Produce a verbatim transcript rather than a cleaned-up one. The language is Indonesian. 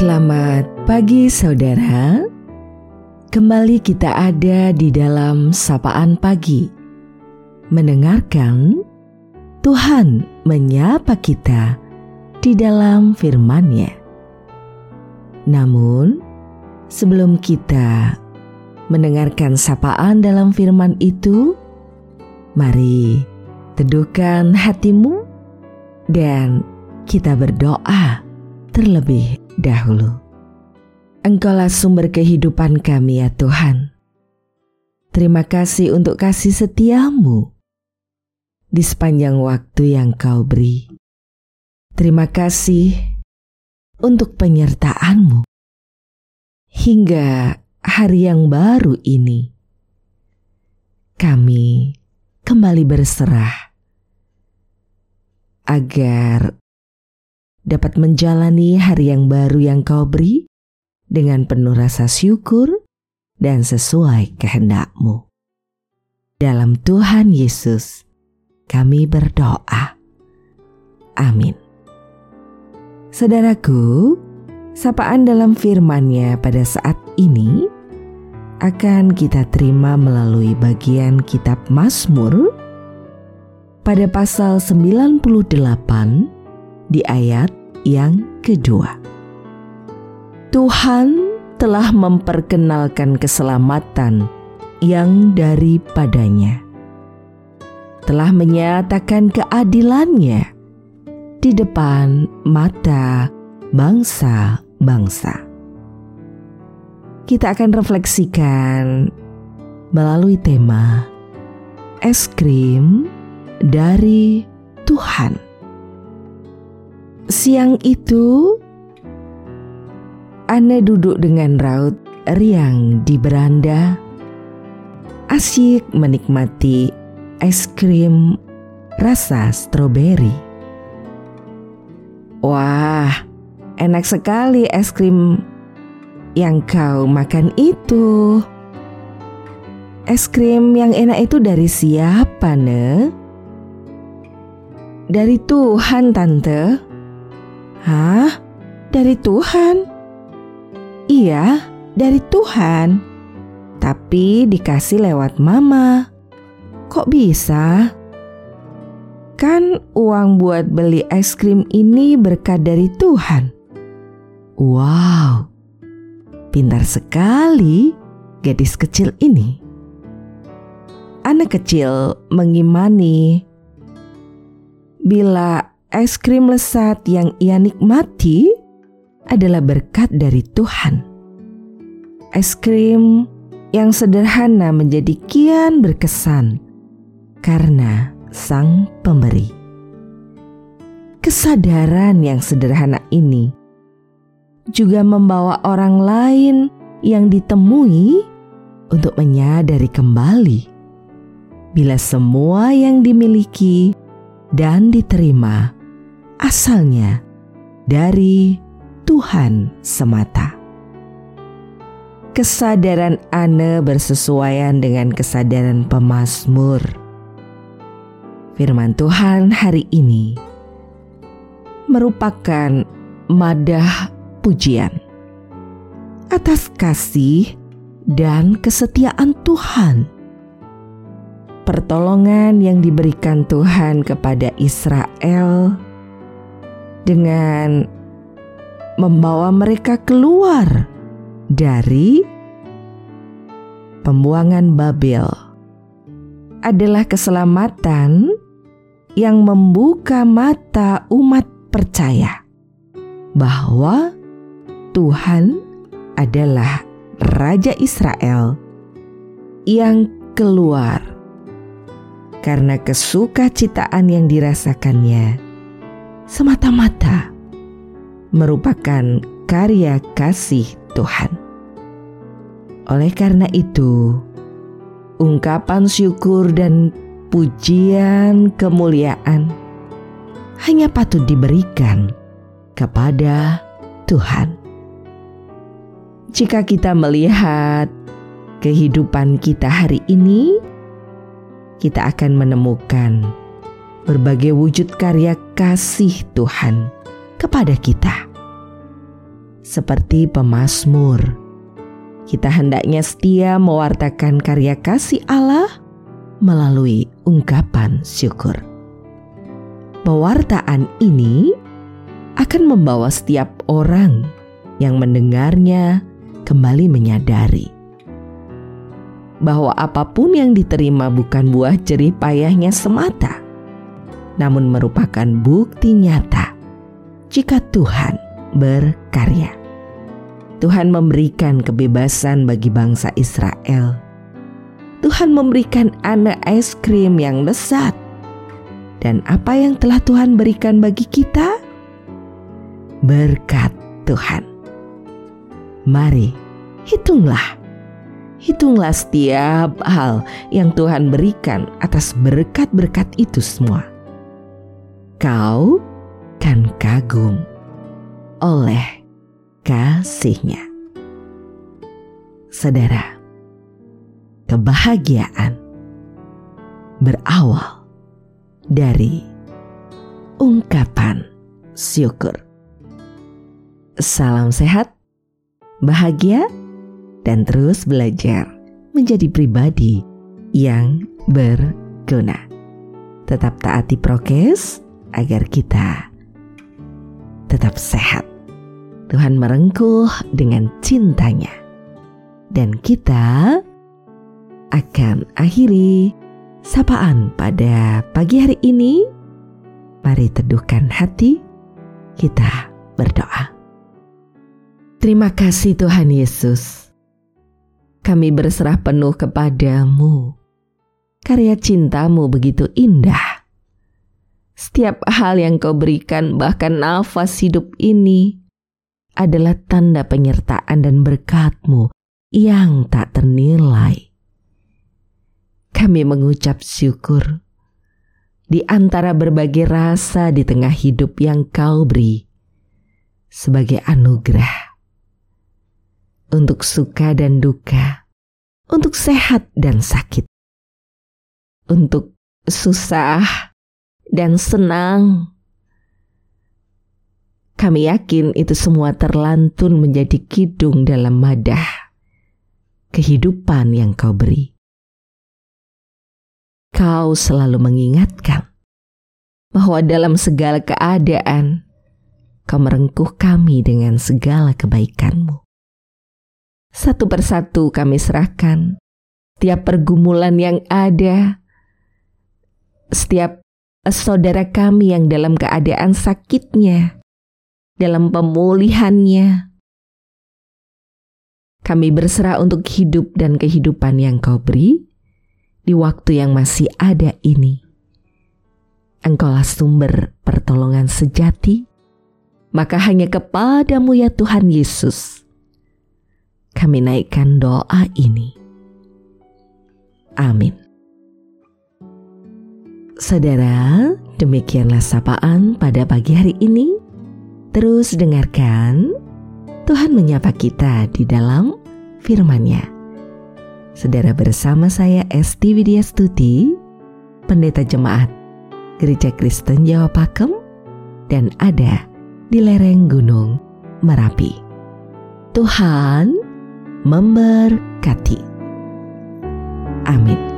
Selamat pagi saudara. Kembali kita ada di dalam sapaan pagi, mendengarkan Tuhan menyapa kita di dalam firman-Nya. Namun, sebelum kita mendengarkan sapaan dalam firman itu, mari teduhkan hatimu dan kita berdoa terlebih dahulu. Engkaulah sumber kehidupan kami ya Tuhan. Terima kasih untuk kasih setiamu di sepanjang waktu yang Kau beri. Terima kasih untuk penyertaan-Mu hingga hari yang baru ini. Kami kembali berserah agar dapat menjalani hari yang baru yang Kau beri dengan penuh rasa syukur dan sesuai kehendak-Mu. Dalam Tuhan Yesus kami berdoa. Amin. Saudaraku, sapaan dalam firman-Nya pada saat ini akan kita terima melalui bagian kitab Mazmur pada pasal sembilan puluh delapan di ayat yang kedua. Tuhan telah memperkenalkan keselamatan yang daripadanya, telah menyatakan keadilan-Nya di depan mata bangsa-bangsa. Kita akan refleksikan melalui tema es krim dari Tuhan. Siang itu, Ana duduk dengan raut riang di beranda, asyik menikmati es krim rasa stroberi. Wah, enak sekali es krim yang kau makan itu. Es krim yang enak itu dari siapa, Ne? Dari Tuhan, Tante. Hah? Dari Tuhan? Iya, dari Tuhan. Tapi dikasih lewat Mama. Kok bisa? Kan uang buat beli es krim ini berkat dari Tuhan. Wow, pintar sekali gadis kecil ini. Anak kecil mengimani bila es krim lezat yang ia nikmati adalah berkat dari Tuhan. Es krim yang sederhana menjadi kian berkesan karena Sang Pemberi. Kesadaran yang sederhana ini juga membawa orang lain yang ditemui untuk menyadari kembali bila semua yang dimiliki dan diterima asalnya dari Tuhan semata. Kesadaran Ana bersesuaian dengan kesadaran pemazmur. Firman Tuhan hari ini merupakan madah pujian atas kasih dan kesetiaan Tuhan. Pertolongan yang diberikan Tuhan kepada Israel dengan membawa mereka keluar dari pembuangan Babel adalah keselamatan yang membuka mata umat percaya bahwa Tuhan adalah Raja Israel yang keluar karena kesukacitaan yang dirasakannya semata-mata merupakan karya kasih Tuhan. Oleh karena itu, ungkapan syukur dan pujian kemuliaan hanya patut diberikan kepada Tuhan. Jika kita melihat kehidupan kita hari ini, kita akan menemukan berbagai wujud karya kasih Tuhan kepada kita. seperti pemazmur. Kita hendaknya setia mewartakan karya kasih Allah melalui ungkapan syukur. Pewartaan ini akan membawa setiap orang yang mendengarnya kembali menyadari bahwa apapun yang diterima bukan buah jerih payahnya semata, namun merupakan bukti nyata jika Tuhan berkarya. Tuhan memberikan kebebasan bagi bangsa Israel. Tuhan memberikan anak es krim yang lezat. Dan apa yang telah Tuhan berikan bagi kita? Berkat Tuhan. Mari, hitunglah. Hitunglah setiap hal yang Tuhan berikan atas berkat-berkat itu semua. Kau kan kagum oleh kasih-Nya. Saudara, kebahagiaan berawal dari ungkapan syukur. Salam sehat, bahagia, dan terus belajar menjadi pribadi yang berguna. Tetap taati prokes agar kita tetap sehat. Tuhan merengkuh dengan cintanya. Dan kita akan akhiri sapaan pada pagi hari ini. Mari teduhkan hati, kita berdoa. Terima kasih Tuhan Yesus. Kami berserah penuh kepadamu. Karya cintamu begitu indah. Setiap hal yang kau berikan, bahkan nafas hidup ini, adalah tanda penyertaan dan berkat-Mu yang tak ternilai. Kami mengucap syukur di antara berbagai rasa di tengah hidup yang kau beri sebagai anugerah. Untuk suka dan duka, untuk sehat dan sakit, untuk susah dan senang. Kami yakin itu semua terlantun menjadi kidung dalam madah kehidupan yang kau beri. Kau selalu mengingatkan bahwa dalam segala keadaan, kau merengkuh kami dengan segala kebaikan-Mu. Satu persatu kami serahkan setiap pergumulan yang ada, setiap saudara kami yang dalam keadaan sakitnya, dalam pemulihannya. Kami berserah untuk hidup dan kehidupan yang kau beri di waktu yang masih ada ini. Engkaulah sumber pertolongan sejati, maka hanya kepadamu ya Tuhan Yesus kami naikkan doa ini. Amin. Saudara, demikianlah sapaan pada pagi hari ini. Terus dengarkan Tuhan menyapa kita di dalam firman-Nya. Saudara, bersama saya Esti Widyastuti, Pendeta Jemaat Gereja Kristen Jawa Pakem, dan ada di lereng Gunung Merapi. Tuhan memberkati. Amin.